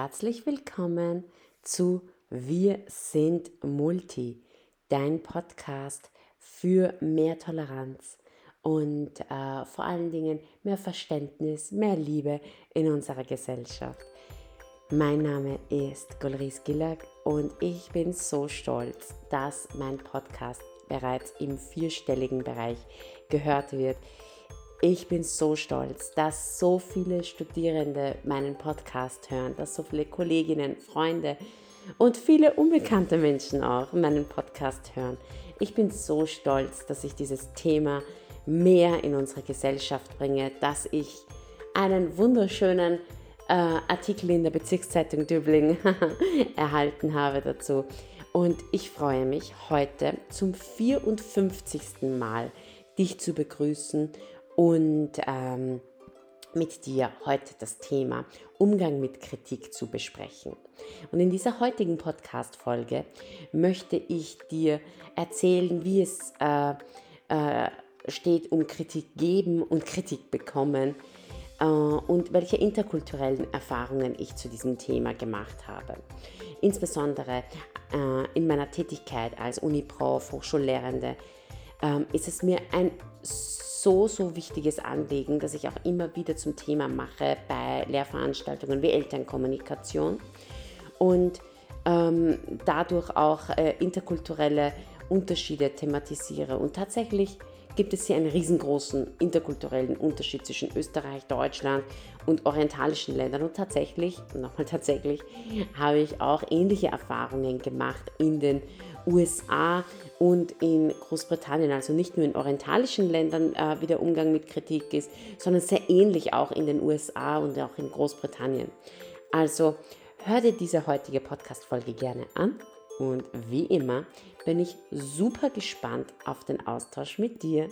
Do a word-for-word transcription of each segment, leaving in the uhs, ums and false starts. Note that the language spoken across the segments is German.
herzlich willkommen zu Wir sind Multi, dein Podcast für mehr Toleranz und äh, vor allen Dingen mehr Verständnis, mehr Liebe in unserer Gesellschaft. Mein Name ist Golris Gillag und ich bin so stolz, dass mein Podcast bereits im vierstelligen Bereich gehört wird. Ich bin so stolz, dass so viele Studierende meinen Podcast hören, dass so viele Kolleginnen, Freunde und viele unbekannte Menschen auch meinen Podcast hören. Ich bin so stolz, dass ich dieses Thema mehr in unsere Gesellschaft bringe, dass ich einen wunderschönen äh, Artikel in der Bezirkszeitung Döbling erhalten habe dazu. Und ich freue mich heute zum vierundfünfzigsten Mal dich zu begrüßen und ähm, mit dir heute das Thema Umgang mit Kritik zu besprechen. Und in dieser heutigen Podcast-Folge möchte ich dir erzählen, wie es äh, äh, steht um Kritik geben und Kritik bekommen äh, und welche interkulturellen Erfahrungen ich zu diesem Thema gemacht habe. Insbesondere äh, in meiner Tätigkeit als Uniprof, Hochschullehrende, äh, ist es mir ein so, so wichtiges Anliegen, das ich auch immer wieder zum Thema mache bei Lehrveranstaltungen wie Elternkommunikation und ähm, dadurch auch äh, interkulturelle Unterschiede thematisiere. Und tatsächlich gibt es hier einen riesengroßen interkulturellen Unterschied zwischen Österreich, Deutschland und orientalischen Ländern. Und tatsächlich, nochmal tatsächlich, habe ich auch ähnliche Erfahrungen gemacht in den U S A und in Großbritannien, also nicht nur in orientalischen Ländern, äh, wie der Umgang mit Kritik ist, sondern sehr ähnlich auch in den U S A und auch in Großbritannien. Also hör dir diese heutige Podcast-Folge gerne an und wie immer bin ich super gespannt auf den Austausch mit dir.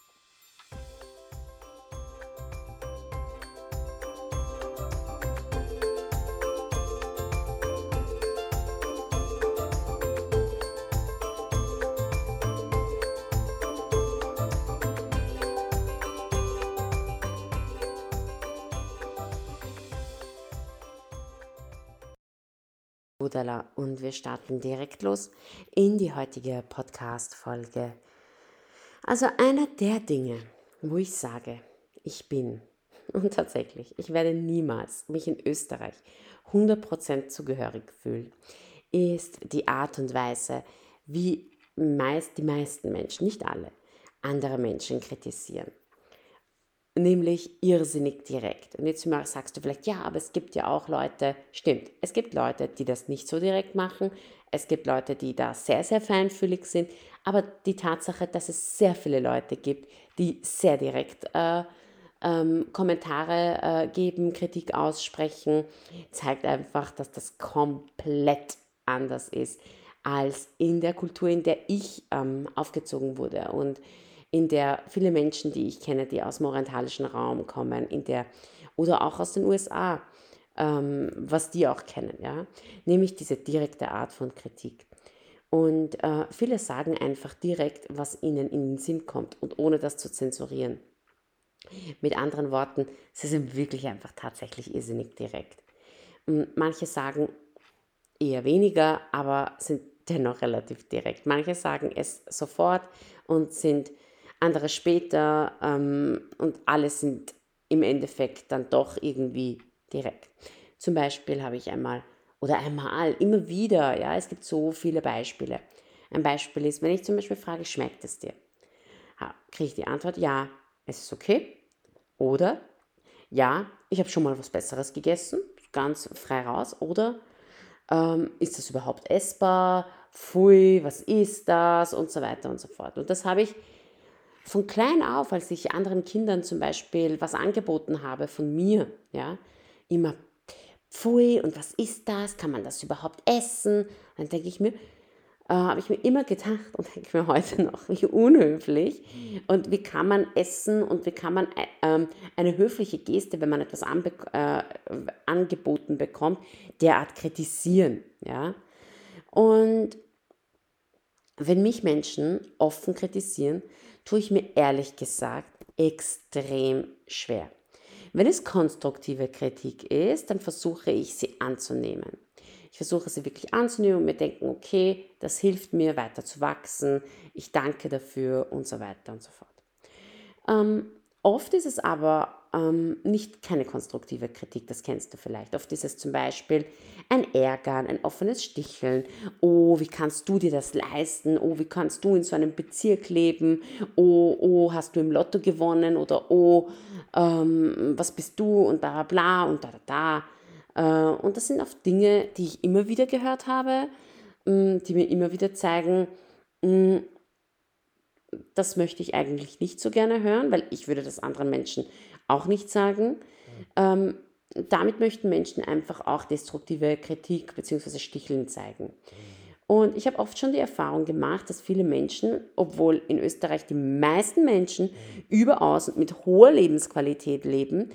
Und wir starten direkt los in die heutige Podcast-Folge. Also einer der Dinge, wo ich sage, ich bin, und tatsächlich, ich werde niemals mich in Österreich hundert Prozent zugehörig fühlen, ist die Art und Weise, wie meist die meisten Menschen, nicht alle, andere Menschen kritisieren. Nämlich irrsinnig direkt. Und jetzt sagst du vielleicht, ja, aber es gibt ja auch Leute, stimmt, es gibt Leute, die das nicht so direkt machen, es gibt Leute, die da sehr, sehr feinfühlig sind, aber die Tatsache, dass es sehr viele Leute gibt, die sehr direkt äh, ähm, Kommentare äh, geben, Kritik aussprechen, zeigt einfach, dass das komplett anders ist als in der Kultur, in der ich ähm, aufgezogen wurde und in der viele Menschen, die ich kenne, die aus dem orientalischen Raum kommen, in der oder auch aus den U S A, ähm, was die auch kennen, ja, nämlich diese direkte Art von Kritik. Und äh, viele sagen einfach direkt, was ihnen in den Sinn kommt und ohne das zu zensurieren. Mit anderen Worten, sie sind wirklich einfach tatsächlich irrsinnig direkt. Und manche sagen eher weniger, aber sind dennoch relativ direkt. Manche sagen es sofort und sind andere später ähm, und alle sind im Endeffekt dann doch irgendwie direkt. Zum Beispiel habe ich einmal oder einmal, immer wieder, ja, es gibt so viele Beispiele. Ein Beispiel ist, wenn ich zum Beispiel frage, schmeckt es dir? Ha, kriege ich die Antwort, ja, es ist okay. Oder, ja, ich habe schon mal was Besseres gegessen, ganz frei raus. Oder, ähm, ist das überhaupt essbar? Pfui, was ist das? Und so weiter und so fort. Und das habe ich von klein auf, als ich anderen Kindern zum Beispiel was angeboten habe von mir, ja, immer pfui und was ist das? Kann man das überhaupt essen? Dann denke ich mir, äh, habe ich mir immer gedacht und denke mir heute noch, wie unhöflich und wie kann man essen und wie kann man äh, ähm, eine höfliche Geste, wenn man etwas anbe äh, angeboten bekommt, derart kritisieren, ja. Und wenn mich Menschen offen kritisieren, tue ich mir ehrlich gesagt extrem schwer. Wenn es konstruktive Kritik ist, dann versuche ich sie anzunehmen. Ich versuche sie wirklich anzunehmen und mir denken, okay, das hilft mir weiter zu wachsen, ich danke dafür und so weiter und so fort. Ähm, oft ist es aber ähm, nicht keine konstruktive Kritik, das kennst du vielleicht. Oft ist es zum Beispiel ein Ärgern, ein offenes Sticheln. Oh, wie kannst du dir das leisten? Oh, wie kannst du in so einem Bezirk leben? Oh, oh, hast du im Lotto gewonnen? Oder oh, ähm, was bist du? Und bla bla bla und da da da. Äh, und das sind oft Dinge, die ich immer wieder gehört habe, mh, die mir immer wieder zeigen, mh, das möchte ich eigentlich nicht so gerne hören, weil ich würde das anderen Menschen auch nicht sagen. Ähm, damit möchten Menschen einfach auch destruktive Kritik bzw. Sticheln zeigen. Und ich habe oft schon die Erfahrung gemacht, dass viele Menschen, obwohl in Österreich die meisten Menschen überaus und mit hoher Lebensqualität leben,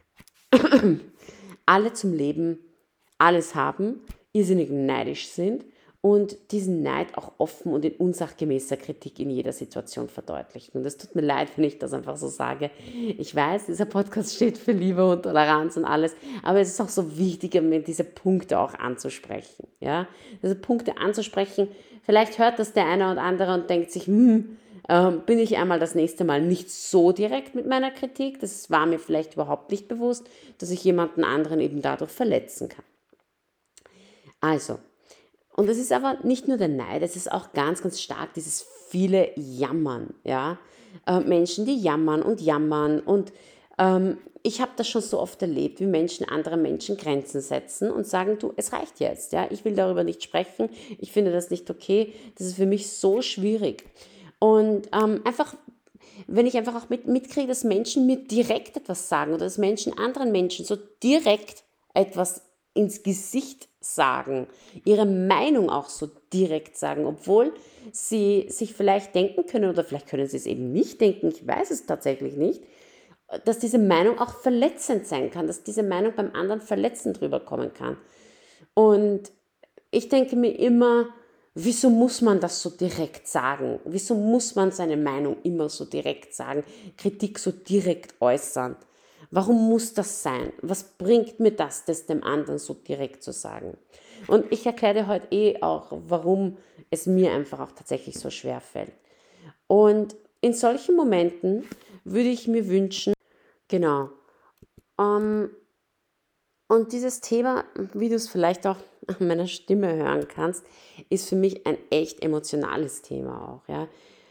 alle zum Leben alles haben, irrsinnig neidisch sind und diesen Neid auch offen und in unsachgemäßer Kritik in jeder Situation verdeutlichen. Und es tut mir leid, wenn ich das einfach so sage. Ich weiß, dieser Podcast steht für Liebe und Toleranz und alles, aber es ist auch so wichtig, mir diese Punkte auch anzusprechen. Ja? Diese Punkte anzusprechen, vielleicht hört das der eine oder andere und denkt sich, hm, ähm, bin ich einmal das nächste Mal nicht so direkt mit meiner Kritik. Das war mir vielleicht überhaupt nicht bewusst, dass ich jemanden anderen eben dadurch verletzen kann. Also, und es ist aber nicht nur der Neid, es ist auch ganz, ganz stark dieses viele Jammern, ja. Äh, Menschen, die jammern und jammern und ähm, ich habe das schon so oft erlebt, wie Menschen anderen Menschen Grenzen setzen und sagen, du, es reicht jetzt, ja, ich will darüber nicht sprechen, ich finde das nicht okay, das ist für mich so schwierig. Und ähm, einfach, wenn ich einfach auch mit, mitkriege, dass Menschen mir direkt etwas sagen oder dass Menschen anderen Menschen so direkt etwas ins Gesicht sagen, ihre Meinung auch so direkt sagen, obwohl sie sich vielleicht denken können oder vielleicht können sie es eben nicht denken, ich weiß es tatsächlich nicht, dass diese Meinung auch verletzend sein kann, dass diese Meinung beim anderen verletzend rüberkommen kann. Und ich denke mir immer, wieso muss man das so direkt sagen? Wieso muss man seine Meinung immer so direkt sagen, Kritik so direkt äußern? Warum muss das sein? Was bringt mir das, das dem anderen so direkt zu sagen? Und ich erkläre dir heute eh auch, warum es mir einfach auch tatsächlich so schwer fällt. Und in solchen Momenten würde ich mir wünschen, genau, ähm, und dieses Thema, wie du es vielleicht auch an meiner Stimme hören kannst, ist für mich ein echt emotionales Thema auch, ja.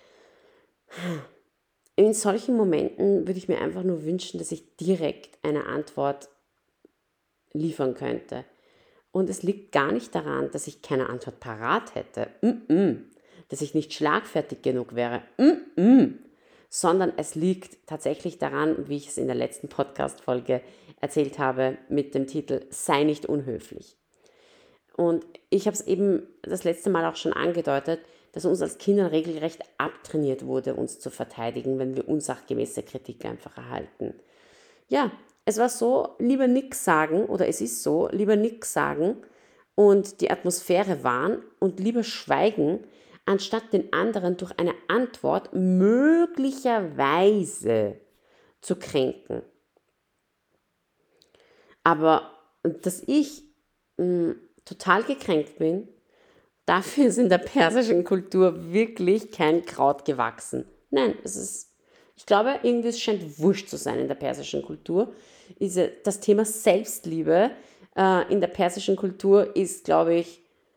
In solchen Momenten würde ich mir einfach nur wünschen, dass ich direkt eine Antwort liefern könnte. Und es liegt gar nicht daran, dass ich keine Antwort parat hätte, Mm-mm. dass ich nicht schlagfertig genug wäre, Mm-mm. sondern es liegt tatsächlich daran, wie ich es in der letzten Podcast-Folge erzählt habe, mit dem Titel Sei nicht unhöflich. Und ich habe es eben das letzte Mal auch schon angedeutet, dass uns als Kindern regelrecht abtrainiert wurde, uns zu verteidigen, wenn wir unsachgemäße Kritik einfach erhalten. Ja, es war so, lieber nix sagen, oder es ist so, lieber nix sagen und die Atmosphäre wahren und lieber schweigen, anstatt den anderen durch eine Antwort möglicherweise zu kränken. Aber dass ich mh, total gekränkt bin, dafür ist in der persischen Kultur wirklich kein Kraut gewachsen. Nein, es ist, ich glaube, irgendwie es scheint wurscht zu sein in der persischen Kultur. Diese, das Thema Selbstliebe äh, in der persischen Kultur ist, glaube ich,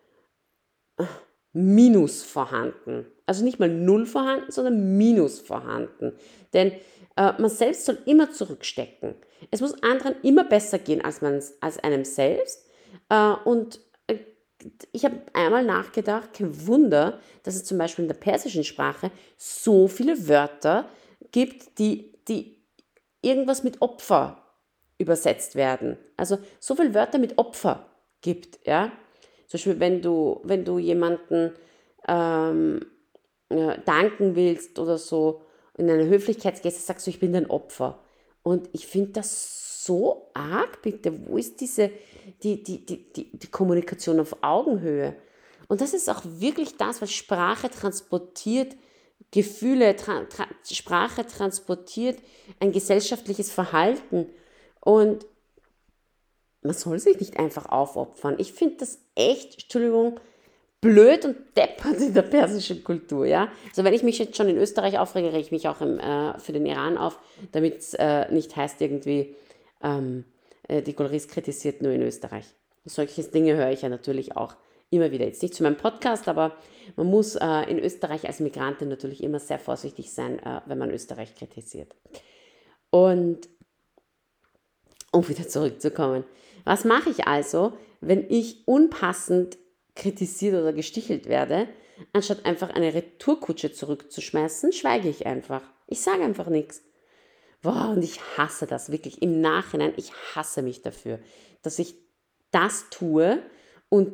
minus vorhanden. Also nicht mal null vorhanden, sondern minus vorhanden. Denn äh, man selbst soll immer zurückstecken. Es muss anderen immer besser gehen als, man, als einem selbst. Äh, und äh, ich habe einmal nachgedacht, kein Wunder, dass es zum Beispiel in der persischen Sprache so viele Wörter gibt, die, die irgendwas mit Opfer übersetzt werden. Also so viele Wörter mit Opfer gibt, ja. Zum Beispiel, wenn du, wenn du jemanden ähm, ja, danken willst oder so, in einer Höflichkeitsgeste sagst du, ich bin dein Opfer. Und ich finde das so arg, bitte. Wo ist diese, die, die, die, die, die Kommunikation auf Augenhöhe? Und das ist auch wirklich das, was Sprache transportiert, Gefühle, tra, tra, Sprache transportiert ein gesellschaftliches Verhalten. Und man soll sich nicht einfach aufopfern. Ich finde das echt, Entschuldigung, blöd und deppert in der persischen Kultur, ja. Also wenn ich mich jetzt schon in Österreich aufrege, rege ich mich auch im, äh, für den Iran auf, damit es äh, nicht heißt irgendwie, ähm, äh, die Galeries kritisiert nur in Österreich. Solche Dinge höre ich ja natürlich auch immer wieder. Jetzt nicht zu meinem Podcast, aber man muss äh, in Österreich als Migrantin natürlich immer sehr vorsichtig sein, äh, wenn man Österreich kritisiert. Und um wieder zurückzukommen, was mache ich also, wenn ich unpassend kritisiert oder gestichelt werde? Anstatt einfach eine Retourkutsche zurückzuschmeißen, schweige ich einfach. Ich sage einfach nichts. Boah, und ich hasse das wirklich. Im Nachhinein, ich hasse mich dafür, dass ich das tue und,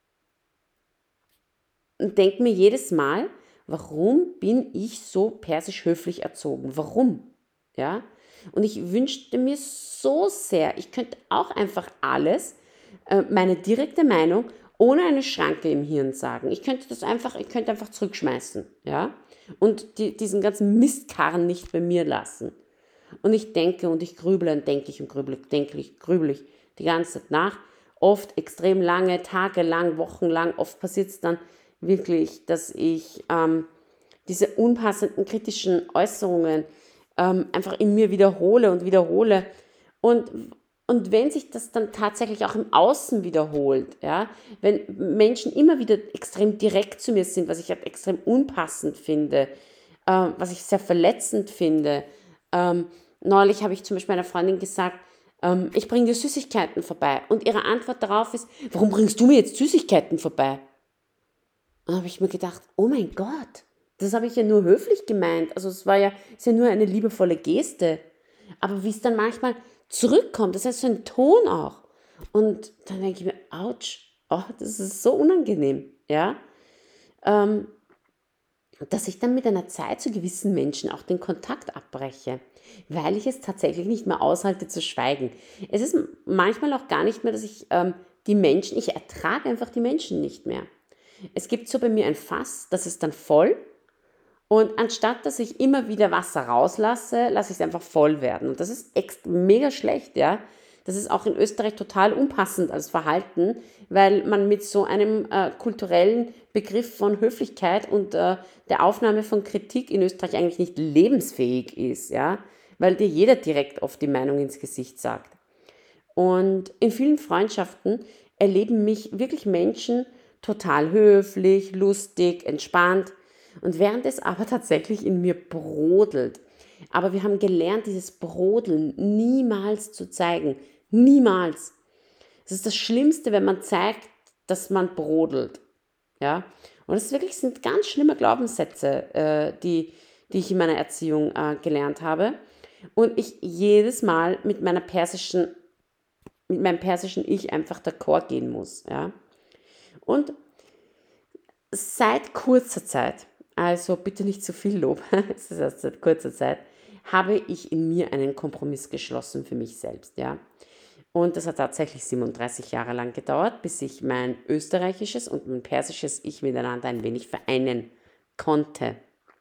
und denke mir jedes Mal, warum bin ich so persisch höflich erzogen? Warum? Ja? Und ich wünschte mir so sehr, ich könnte auch einfach alles, äh, meine direkte Meinung, ohne eine Schranke im Hirn sagen. Ich könnte das einfach, ich könnte einfach zurückschmeißen, ja? Und die, diesen ganzen Mistkarren nicht bei mir lassen. Und ich denke und ich grüble und denke ich und grüble, denke ich, grüble ich die ganze Zeit nach. Oft extrem lange, tagelang, wochenlang. Oft passiert es dann wirklich, dass ich ähm, diese unpassenden kritischen Äußerungen ähm, einfach in mir wiederhole und wiederhole. Und, und wenn sich das dann tatsächlich auch im Außen wiederholt, ja, wenn Menschen immer wieder extrem direkt zu mir sind, was ich halt extrem unpassend finde, äh, was ich sehr verletzend finde. Ähm, neulich habe ich zum Beispiel meiner Freundin gesagt, ähm, ich bringe dir Süßigkeiten vorbei. Und ihre Antwort darauf ist, warum bringst du mir jetzt Süßigkeiten vorbei? Und da habe ich mir gedacht, oh mein Gott, das habe ich ja nur höflich gemeint. Also es war ja, ist ja nur eine liebevolle Geste. Aber wie es dann manchmal zurückkommt, das heißt so ein Ton auch. Und dann denke ich mir, ouch, oh, das ist so unangenehm, ja. Ähm, dass ich dann mit einer Zeit zu gewissen Menschen auch den Kontakt abbreche, weil ich es tatsächlich nicht mehr aushalte zu schweigen. Es ist manchmal auch gar nicht mehr, dass ich ähm, die Menschen, ich ertrage einfach die Menschen nicht mehr. Es gibt so bei mir ein Fass, das ist dann voll und anstatt, dass ich immer wieder Wasser rauslasse, lasse ich es einfach voll werden. Und das ist echt mega schlecht, ja. Das ist auch in Österreich total unpassend als Verhalten, weil man mit so einem äh, kulturellen Begriff von Höflichkeit und äh, der Aufnahme von Kritik in Österreich eigentlich nicht lebensfähig ist, ja. Weil dir jeder direkt oft die Meinung ins Gesicht sagt. Und in vielen Freundschaften erleben mich wirklich Menschen total höflich, lustig, entspannt. Und während es aber tatsächlich in mir brodelt. Aber wir haben gelernt, dieses Brodeln niemals zu zeigen. Niemals. Es ist das Schlimmste, wenn man zeigt, dass man brodelt. Ja? Und das wirklich sind ganz schlimme Glaubenssätze, äh, die, die ich in meiner Erziehung äh, gelernt habe. Und ich jedes Mal mit meiner persischen mit meinem persischen Ich einfach d'accord gehen muss. Ja? Und seit kurzer Zeit, also bitte nicht zu viel Lob, es ist erst seit kurzer Zeit, habe ich in mir einen Kompromiss geschlossen für mich selbst. Ja? Und das hat tatsächlich siebenunddreißig Jahre lang gedauert, bis ich mein österreichisches und mein persisches Ich miteinander ein wenig vereinen konnte.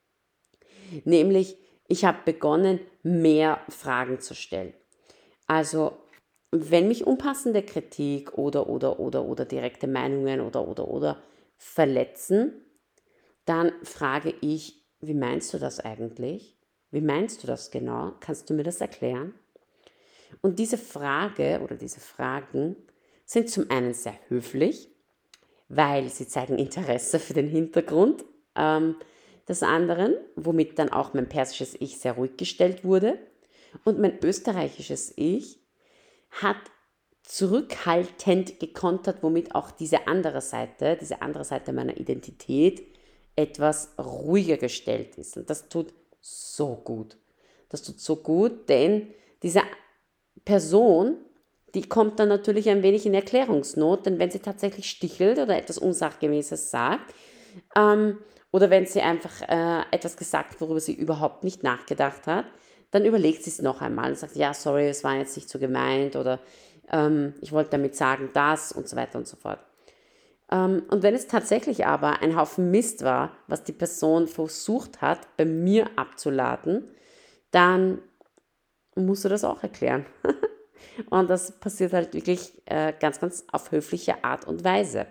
Nämlich, ich habe begonnen, mehr Fragen zu stellen. Also wenn mich unpassende Kritik oder, oder, oder, oder direkte Meinungen oder, oder, oder verletzen, dann frage ich, wie meinst du das eigentlich? Wie meinst du das genau? Kannst du mir das erklären? Und diese Frage oder diese Fragen sind zum einen sehr höflich, weil sie zeigen Interesse für den Hintergrund ähm, des anderen, womit dann auch mein persisches Ich sehr ruhig gestellt wurde. Und mein österreichisches Ich hat zurückhaltend gekontert, womit auch diese andere Seite, diese andere Seite meiner Identität etwas ruhiger gestellt ist. Und das tut so gut. Das tut so gut, denn diese Person, die kommt dann natürlich ein wenig in Erklärungsnot, denn wenn sie tatsächlich stichelt oder etwas Unsachgemäßes sagt, ähm, oder wenn sie einfach äh, etwas gesagt hat, worüber sie überhaupt nicht nachgedacht hat, dann überlegt sie es noch einmal und sagt, ja, sorry, es war jetzt nicht so gemeint oder ähm, ich wollte damit sagen das und so weiter und so fort. Ähm, und wenn es tatsächlich aber ein Haufen Mist war, was die Person versucht hat, bei mir abzuladen, dann musst du das auch erklären. Und das passiert halt wirklich äh, ganz, ganz auf höfliche Art und Weise.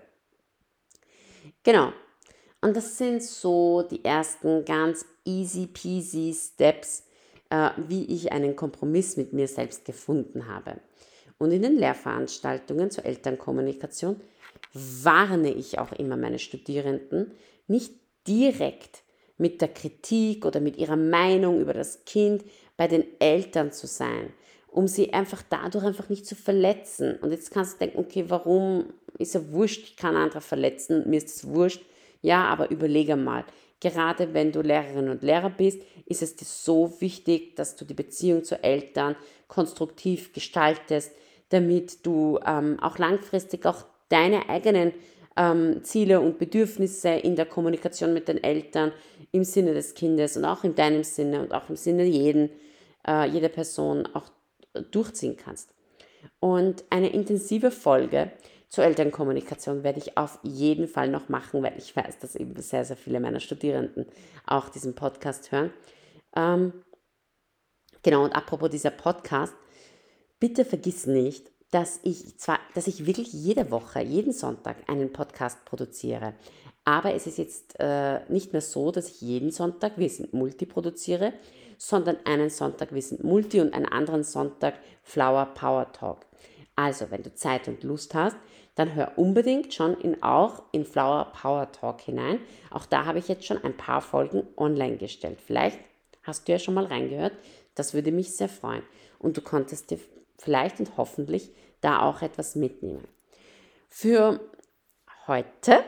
Genau. Und das sind so die ersten ganz easy peasy Steps, äh, wie ich einen Kompromiss mit mir selbst gefunden habe. Und in den Lehrveranstaltungen zur Elternkommunikation warne ich auch immer meine Studierenden, nicht direkt mit der Kritik oder mit ihrer Meinung über das Kind bei den Eltern zu sein, um sie einfach dadurch einfach nicht zu verletzen. Und jetzt kannst du denken, okay, warum ist ja wurscht, ich kann andere verletzen, mir ist es wurscht. Ja, aber überlege mal, gerade wenn du Lehrerin und Lehrer bist, ist es dir so wichtig, dass du die Beziehung zu Eltern konstruktiv gestaltest, damit du ähm, auch langfristig auch deine eigenen ähm, Ziele und Bedürfnisse in der Kommunikation mit den Eltern im Sinne des Kindes und auch in deinem Sinne und auch im Sinne jeden, äh, jeder Person auch durchziehen kannst. Und eine intensive Folge zur Elternkommunikation werde ich auf jeden Fall noch machen, weil ich weiß, dass eben sehr, sehr viele meiner Studierenden auch diesen Podcast hören. Ähm, genau, und apropos dieser Podcast, bitte vergiss nicht, dass ich zwar, dass ich wirklich jede Woche, jeden Sonntag einen Podcast produziere. Aber es ist jetzt äh, nicht mehr so, dass ich jeden Sonntag Wir sind Multi produziere, sondern einen Sonntag Wir sind Multi und einen anderen Sonntag Flower Power Talk. Also, wenn du Zeit und Lust hast, dann hör unbedingt schon in, auch in Flower Power Talk hinein. Auch da habe ich jetzt schon ein paar Folgen online gestellt. Vielleicht hast du ja schon mal reingehört. Das würde mich sehr freuen. Und du konntest dir vielleicht und hoffentlich da auch etwas mitnehmen. Für heute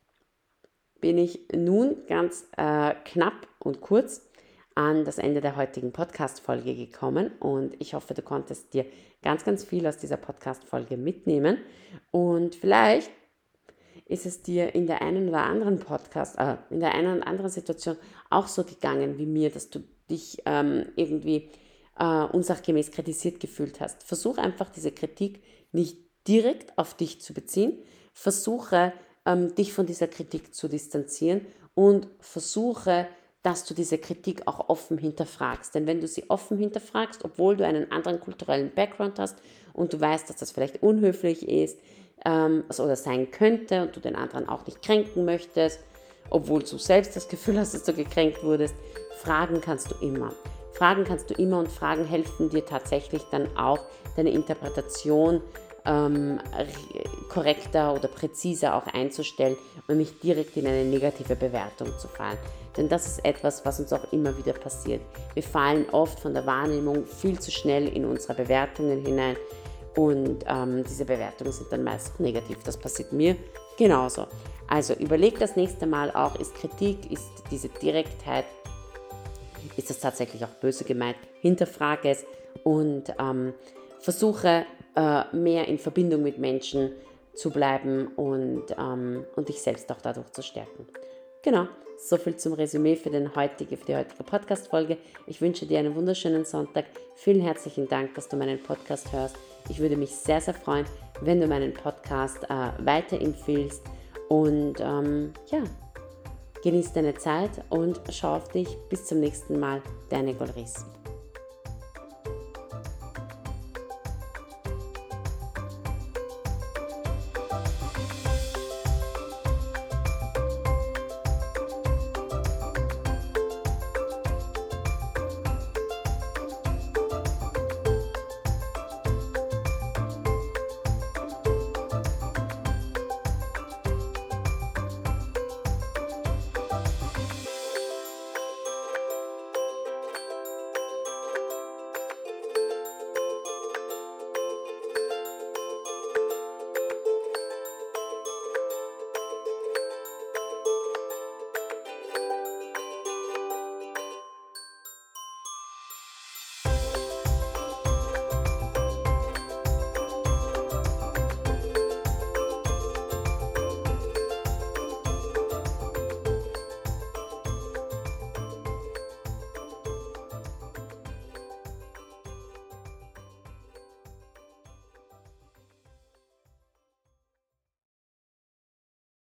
bin ich nun ganz äh, knapp und kurz an das Ende der heutigen Podcast-Folge gekommen und ich hoffe, du konntest dir ganz, ganz viel aus dieser Podcast-Folge mitnehmen und vielleicht ist es dir in der einen oder anderen Podcast, äh, in der einen oder anderen Situation auch so gegangen wie mir, dass du dich ähm, irgendwie äh, unsachgemäß kritisiert gefühlt hast. Versuch einfach diese Kritik nicht direkt auf dich zu beziehen. Versuche ähm, dich von dieser Kritik zu distanzieren und versuche, dass du diese Kritik auch offen hinterfragst. Denn wenn du sie offen hinterfragst, obwohl du einen anderen kulturellen Background hast und du weißt, dass das vielleicht unhöflich ist ähm, oder sein könnte und du den anderen auch nicht kränken möchtest, obwohl du selbst das Gefühl hast, dass du gekränkt wurdest, fragen kannst du immer. Fragen kannst du immer und Fragen helfen dir tatsächlich dann auch, deine Interpretation ähm, korrekter oder präziser auch einzustellen und nicht direkt in eine negative Bewertung zu fallen. Denn das ist etwas, was uns auch immer wieder passiert. Wir fallen oft von der Wahrnehmung viel zu schnell in unsere Bewertungen hinein und ähm, diese Bewertungen sind dann meist auch negativ. Das passiert mir genauso. Also überleg das nächste Mal auch, ist Kritik, ist diese Direktheit, ist das tatsächlich auch böse gemeint? Hinterfrage es und ähm, versuche äh, mehr in Verbindung mit Menschen zu bleiben und, ähm, und dich selbst auch dadurch zu stärken. Genau, soviel zum Resümee für, den heutige, für die heutige Podcast-Folge. Ich wünsche dir einen wunderschönen Sonntag. Vielen herzlichen Dank, dass du meinen Podcast hörst. Ich würde mich sehr, sehr freuen, wenn du meinen Podcast äh, weiterempfiehlst. Und ähm, ja, genieß deine Zeit und schau auf dich. Bis zum nächsten Mal. Deine Golris.